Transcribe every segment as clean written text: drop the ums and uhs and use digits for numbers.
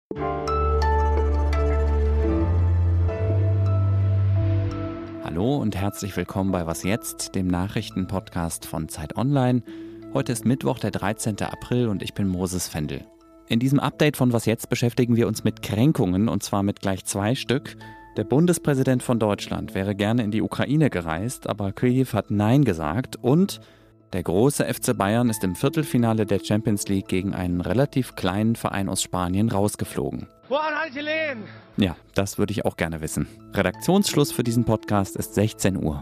Hallo und herzlich willkommen bei Was jetzt, dem Nachrichtenpodcast von Zeit Online. Heute ist Mittwoch, der 13. April und ich bin Moses Fendel. In diesem Update von Was jetzt beschäftigen wir uns mit Kränkungen und zwar mit gleich 2 Stück. Der Bundespräsident von Deutschland wäre gerne in die Ukraine gereist, aber Kyiv hat Nein gesagt und der große FC Bayern ist im Viertelfinale der Champions League gegen einen relativ kleinen Verein aus Spanien rausgeflogen. Ja, das würde ich auch gerne wissen. Redaktionsschluss für diesen Podcast ist 16 Uhr.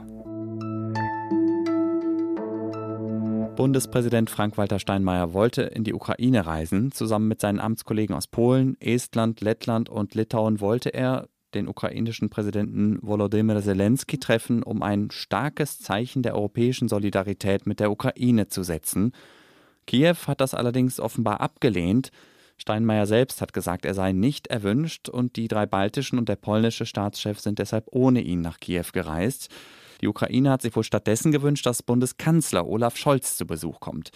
Bundespräsident Frank-Walter Steinmeier wollte in die Ukraine reisen. Zusammen mit seinen Amtskollegen aus Polen, Estland, Lettland und Litauen wollte er den ukrainischen Präsidenten Volodymyr Zelensky treffen, um ein starkes Zeichen der europäischen Solidarität mit der Ukraine zu setzen. Kiew hat das allerdings offenbar abgelehnt. Steinmeier selbst hat gesagt, er sei nicht erwünscht und die 3 baltischen und der polnische Staatschef sind deshalb ohne ihn nach Kiew gereist. Die Ukraine hat sich wohl stattdessen gewünscht, dass Bundeskanzler Olaf Scholz zu Besuch kommt.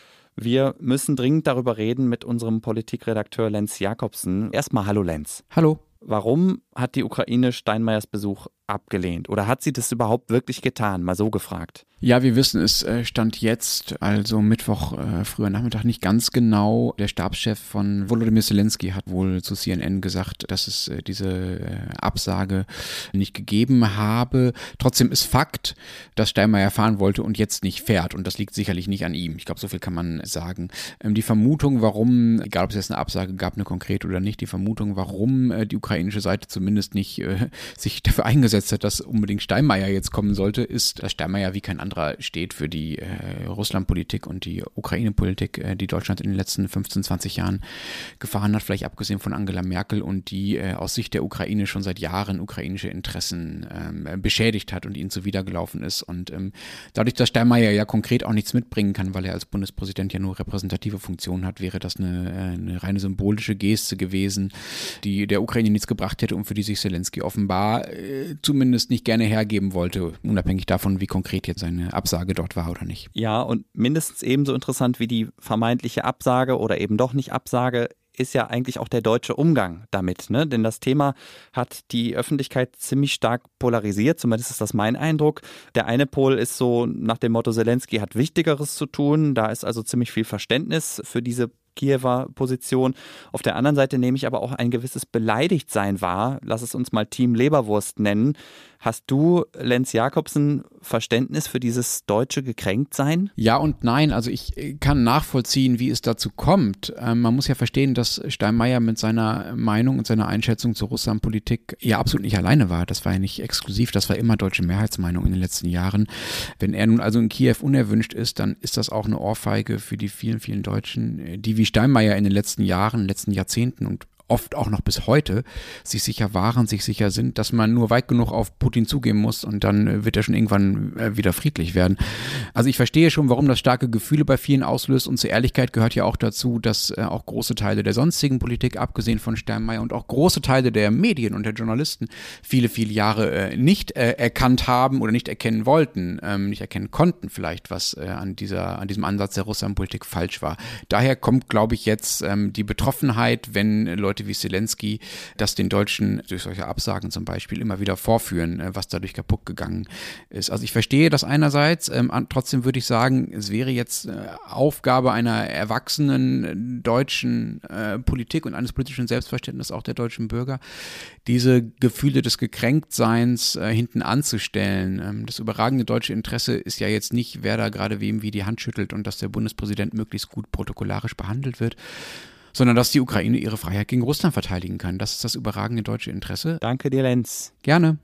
Wir müssen dringend darüber reden mit unserem Politikredakteur Lenz Jakobsen. Erstmal hallo Lenz. Hallo. Warum hat die Ukraine Steinmeiers Besuch abgelehnt? Oder hat sie das überhaupt wirklich getan? Mal so gefragt. Ja, wir wissen es, Stand jetzt, also Mittwoch, früher Nachmittag, nicht ganz genau. Der Stabschef von Volodymyr Zelensky hat wohl zu CNN gesagt, dass es diese Absage nicht gegeben habe. Trotzdem ist Fakt, dass Steinmeier fahren wollte und jetzt nicht fährt. Und das liegt sicherlich nicht an ihm. Ich glaube, so viel kann man sagen. Die Vermutung, warum, egal ob es jetzt eine Absage gab, eine konkrete oder nicht, die Vermutung, warum die ukrainische Seite zumindest nicht sich dafür eingesetzt hat, dass unbedingt Steinmeier jetzt kommen sollte, ist, dass Steinmeier wie kein anderer steht für die Russlandpolitik und die Ukraine-Politik, die Deutschland in den letzten 15, 20 Jahren gefahren hat, vielleicht abgesehen von Angela Merkel und die aus Sicht der Ukraine schon seit Jahren ukrainische Interessen beschädigt hat und ihnen zuwidergelaufen ist. Und dadurch, dass Steinmeier ja konkret auch nichts mitbringen kann, weil er als Bundespräsident ja nur repräsentative Funktionen hat, wäre das eine reine symbolische Geste gewesen, die der Ukraine nichts gebracht hätte und für die sich Zelensky offenbar zumindest nicht gerne hergeben wollte, unabhängig davon, wie konkret jetzt seine Absage dort war oder nicht. Ja, und mindestens ebenso interessant wie die vermeintliche Absage oder eben doch nicht Absage ist ja eigentlich auch der deutsche Umgang damit, ne? Denn das Thema hat die Öffentlichkeit ziemlich stark polarisiert, zumindest ist das mein Eindruck. Der eine Pol ist so nach dem Motto, Zelensky hat Wichtigeres zu tun, da ist also ziemlich viel Verständnis für diese Kiewer Position. Auf der anderen Seite nehme ich aber auch ein gewisses Beleidigtsein wahr. Lass es uns mal Team Leberwurst nennen. Hast du, Lenz Jakobsen, Verständnis für dieses deutsche Gekränktsein? Ja und nein. Also ich kann nachvollziehen, wie es dazu kommt. Man muss ja verstehen, dass Steinmeier mit seiner Meinung und seiner Einschätzung zur Russlandpolitik ja absolut nicht alleine war. Das war ja nicht exklusiv. Das war immer deutsche Mehrheitsmeinung in den letzten Jahren. Wenn er nun also in Kiew unerwünscht ist, dann ist das auch eine Ohrfeige für die vielen, vielen Deutschen, die wie Steinmeier in den letzten Jahren, letzten Jahrzehnten und oft auch noch bis heute sich sicher waren, sich sicher sind, dass man nur weit genug auf Putin zugehen muss und dann wird er schon irgendwann wieder friedlich werden. Also ich verstehe schon, warum das starke Gefühle bei vielen auslöst und zur Ehrlichkeit gehört ja auch dazu, dass auch große Teile der sonstigen Politik, abgesehen von Steinmeier und auch große Teile der Medien und der Journalisten viele, viele Jahre nicht erkannt haben oder nicht erkennen wollten, nicht erkennen konnten vielleicht, was an diesem Ansatz der Russlandpolitik falsch war. Daher kommt, glaube ich, jetzt die Betroffenheit, wenn Leute wie Zelensky das den Deutschen durch solche Absagen zum Beispiel immer wieder vorführen, was dadurch kaputt gegangen ist. Also ich verstehe das einerseits, trotzdem würde ich sagen, es wäre jetzt Aufgabe einer erwachsenen deutschen Politik und eines politischen Selbstverständnisses auch der deutschen Bürger, diese Gefühle des Gekränktseins hinten anzustellen. Das überragende deutsche Interesse ist ja jetzt nicht, wer da gerade wem wie die Hand schüttelt und dass der Bundespräsident möglichst gut protokollarisch behandelt wird, sondern dass die Ukraine ihre Freiheit gegen Russland verteidigen kann. Das ist das überragende deutsche Interesse. Danke dir, Lenz. Gerne.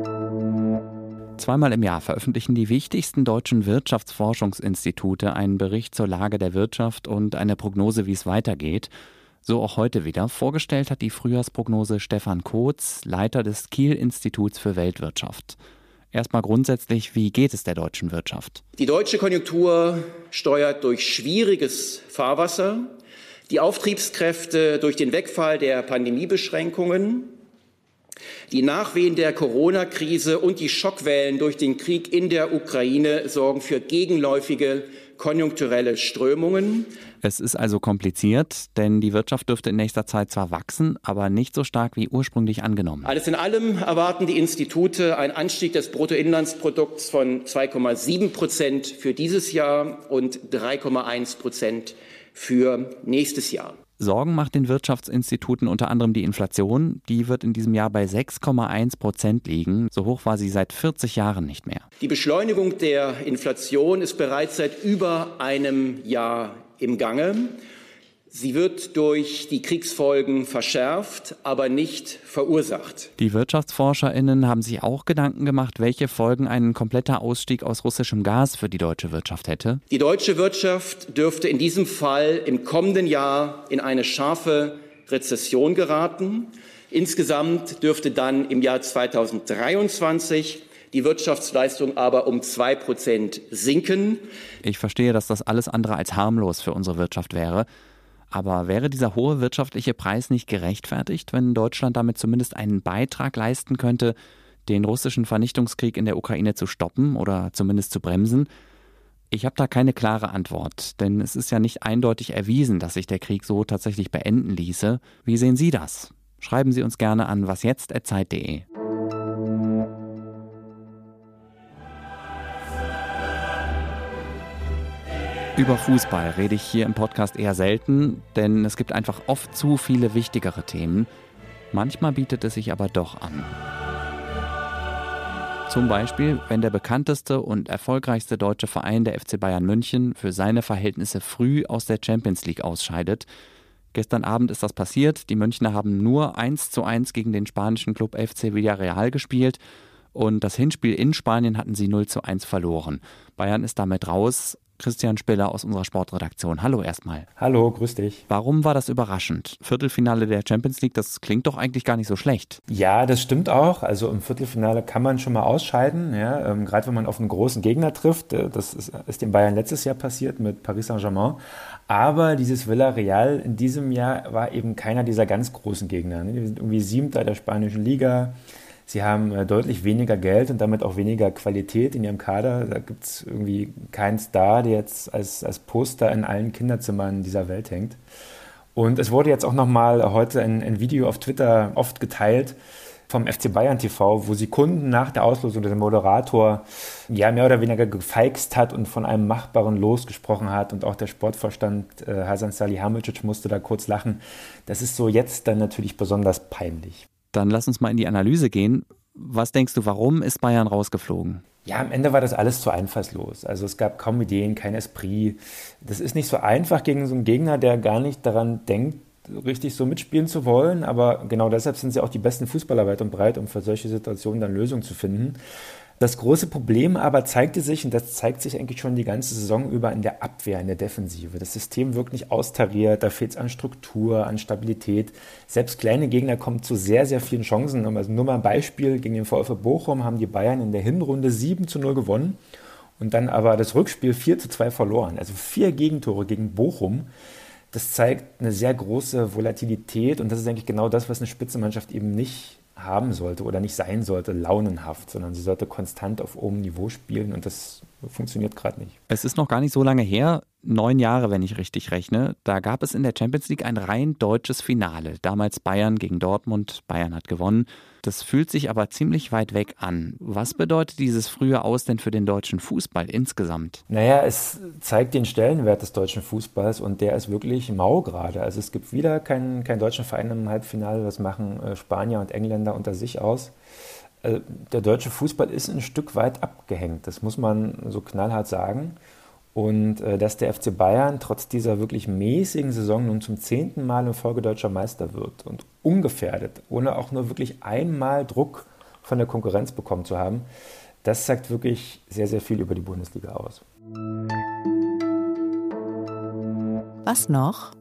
Zweimal im Jahr veröffentlichen die wichtigsten deutschen Wirtschaftsforschungsinstitute einen Bericht zur Lage der Wirtschaft und eine Prognose, wie es weitergeht. So auch heute wieder. Vorgestellt hat die Frühjahrsprognose Stefan Kotz, Leiter des Kiel-Instituts für Weltwirtschaft. Erstmal grundsätzlich, wie geht es der deutschen Wirtschaft? Die deutsche Konjunktur steuert durch schwieriges Fahrwasser. Die Auftriebskräfte durch den Wegfall der Pandemiebeschränkungen, die Nachwehen der Corona-Krise und die Schockwellen durch den Krieg in der Ukraine sorgen für gegenläufige konjunkturelle Strömungen. Es ist also kompliziert, denn die Wirtschaft dürfte in nächster Zeit zwar wachsen, aber nicht so stark wie ursprünglich angenommen. Alles in allem erwarten die Institute einen Anstieg des Bruttoinlandsprodukts von 2,7% für dieses Jahr und 3,1% für nächstes Jahr. Sorgen macht den Wirtschaftsinstituten unter anderem die Inflation. Die wird in diesem Jahr bei 6,1% liegen. So hoch war sie seit 40 Jahren nicht mehr. Die Beschleunigung der Inflation ist bereits seit über einem Jahr im Gange. Sie wird durch die Kriegsfolgen verschärft, aber nicht verursacht. Die WirtschaftsforscherInnen haben sich auch Gedanken gemacht, welche Folgen ein kompletter Ausstieg aus russischem Gas für die deutsche Wirtschaft hätte. Die deutsche Wirtschaft dürfte in diesem Fall im kommenden Jahr in eine scharfe Rezession geraten. Insgesamt dürfte dann im Jahr 2023 die Wirtschaftsleistung aber um 2% sinken. Ich verstehe, dass das alles andere als harmlos für unsere Wirtschaft wäre. Aber wäre dieser hohe wirtschaftliche Preis nicht gerechtfertigt, wenn Deutschland damit zumindest einen Beitrag leisten könnte, den russischen Vernichtungskrieg in der Ukraine zu stoppen oder zumindest zu bremsen? Ich habe da keine klare Antwort, denn es ist ja nicht eindeutig erwiesen, dass sich der Krieg so tatsächlich beenden ließe. Wie sehen Sie das? Schreiben Sie uns gerne an wasjetzt@zeit.de. Über Fußball rede ich hier im Podcast eher selten, denn es gibt einfach oft zu viele wichtigere Themen. Manchmal bietet es sich aber doch an. Zum Beispiel, wenn der bekannteste und erfolgreichste deutsche Verein, der FC Bayern München, für seine Verhältnisse früh aus der Champions League ausscheidet. Gestern Abend ist das passiert. Die Münchner haben nur 1:1 gegen den spanischen Club FC Villarreal gespielt. Und das Hinspiel in Spanien hatten sie 0:1 verloren. Bayern ist damit raus. Christian Spiller aus unserer Sportredaktion. Hallo erstmal. Hallo, grüß dich. Warum war das überraschend? Viertelfinale der Champions League, das klingt doch eigentlich gar nicht so schlecht. Ja, das stimmt auch. Also im Viertelfinale kann man schon mal ausscheiden. Ja, gerade wenn man auf einen großen Gegner trifft. Das ist den Bayern letztes Jahr passiert mit Paris Saint-Germain. Aber dieses Villarreal in diesem Jahr war eben keiner dieser ganz großen Gegner. Die sind irgendwie 7. der spanischen Liga. Sie haben deutlich weniger Geld und damit auch weniger Qualität in ihrem Kader. Da gibt es irgendwie keinen Star, der jetzt als Poster in allen Kinderzimmern dieser Welt hängt. Und es wurde jetzt auch nochmal heute ein Video auf Twitter oft geteilt vom FC Bayern TV, wo Sekunden nach der Auslosung der Moderator ja mehr oder weniger gefeixt hat und von einem machbaren Los gesprochen hat. Und auch der Sportvorstand Hasan Salihamidzic musste da kurz lachen. Das ist so jetzt dann natürlich besonders peinlich. Dann lass uns mal in die Analyse gehen. Was denkst du, warum ist Bayern rausgeflogen? Ja, am Ende war das alles zu einfallslos. Also es gab kaum Ideen, kein Esprit. Das ist nicht so einfach gegen so einen Gegner, der gar nicht daran denkt, richtig so mitspielen zu wollen. Aber genau deshalb sind sie auch die besten Fußballer weit und breit, um für solche Situationen dann Lösungen zu finden. Das große Problem aber zeigte sich, und das zeigt sich eigentlich schon die ganze Saison über, in der Abwehr, in der Defensive. Das System wirkt nicht austariert, da fehlt es an Struktur, an Stabilität. Selbst kleine Gegner kommen zu sehr, sehr vielen Chancen. Also nur mal ein Beispiel, gegen den VfL Bochum haben die Bayern in der Hinrunde 7:0 gewonnen und dann aber das Rückspiel 4:2 verloren. Also 4 Gegentore gegen Bochum. Das zeigt eine sehr große Volatilität und das ist eigentlich genau das, was eine Spitzenmannschaft eben nicht haben sollte oder nicht sein sollte, launenhaft, sondern sie sollte konstant auf hohem Niveau spielen und das funktioniert gerade nicht. Es ist noch gar nicht so lange her, 9 Jahre, wenn ich richtig rechne. Da gab es in der Champions League ein rein deutsches Finale. Damals Bayern gegen Dortmund. Bayern hat gewonnen. Das fühlt sich aber ziemlich weit weg an. Was bedeutet dieses frühe Aus denn für den deutschen Fußball insgesamt? Naja, es zeigt den Stellenwert des deutschen Fußballs und der ist wirklich mau gerade. Also es gibt wieder keinen deutschen Verein im Halbfinale. Das machen Spanier und Engländer unter sich aus. Der deutsche Fußball ist ein Stück weit abgehängt. Das muss man so knallhart sagen. Und dass der FC Bayern trotz dieser wirklich mäßigen Saison nun zum 10. Mal in Folge deutscher Meister wird und ungefährdet, ohne auch nur wirklich einmal Druck von der Konkurrenz bekommen zu haben, das sagt wirklich sehr, sehr viel über die Bundesliga aus. Was noch?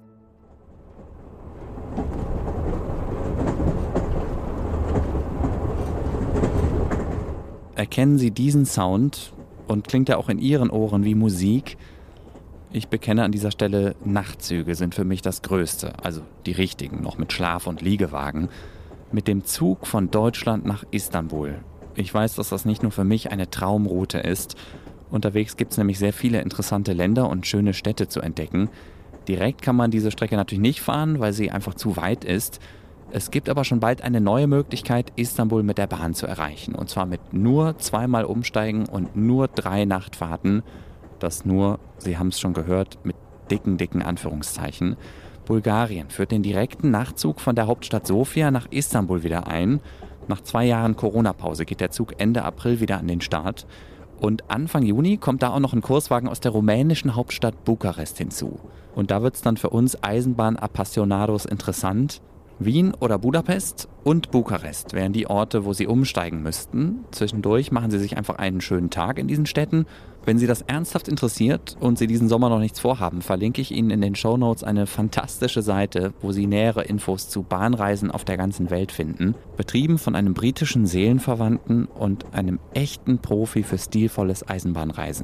Erkennen Sie diesen Sound? Und klingt ja auch in Ihren Ohren wie Musik. Ich bekenne an dieser Stelle, Nachtzüge sind für mich das Größte. Also die richtigen, noch mit Schlaf- und Liegewagen. Mit dem Zug von Deutschland nach Istanbul. Ich weiß, dass das nicht nur für mich eine Traumroute ist. Unterwegs gibt es nämlich sehr viele interessante Länder und schöne Städte zu entdecken. Direkt kann man diese Strecke natürlich nicht fahren, weil sie einfach zu weit ist. Es gibt aber schon bald eine neue Möglichkeit, Istanbul mit der Bahn zu erreichen. Und zwar mit nur 2-mal Umsteigen und nur 3 Nachtfahrten. Das nur, Sie haben es schon gehört, mit dicken Anführungszeichen. Bulgarien führt den direkten Nachtzug von der Hauptstadt Sofia nach Istanbul wieder ein. Nach 2 Jahren Corona-Pause geht der Zug Ende April wieder an den Start. Und Anfang Juni kommt da auch noch ein Kurswagen aus der rumänischen Hauptstadt Bukarest hinzu. Und da wird es dann für uns Eisenbahn-Appassionados interessant. Wien oder Budapest und Bukarest wären die Orte, wo Sie umsteigen müssten. Zwischendurch machen Sie sich einfach einen schönen Tag in diesen Städten. Wenn Sie das ernsthaft interessiert und Sie diesen Sommer noch nichts vorhaben, verlinke ich Ihnen in den Shownotes eine fantastische Seite, wo Sie nähere Infos zu Bahnreisen auf der ganzen Welt finden. Betrieben von einem britischen Seelenverwandten und einem echten Profi für stilvolles Eisenbahnreisen.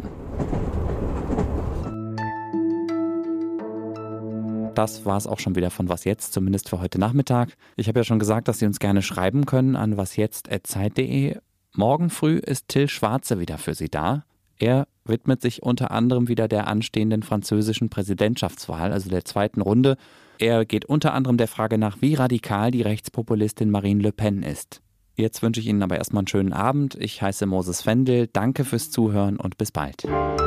Das war es auch schon wieder von Was Jetzt, zumindest für heute Nachmittag. Ich habe ja schon gesagt, dass Sie uns gerne schreiben können an wasjetzt@zeit.de. Morgen früh ist Till Schwarze wieder für Sie da. Er widmet sich unter anderem wieder der anstehenden französischen Präsidentschaftswahl, also der 2. Runde. Er geht unter anderem der Frage nach, wie radikal die Rechtspopulistin Marine Le Pen ist. Jetzt wünsche ich Ihnen aber erstmal einen schönen Abend. Ich heiße Moses Fendel. Danke fürs Zuhören und bis bald.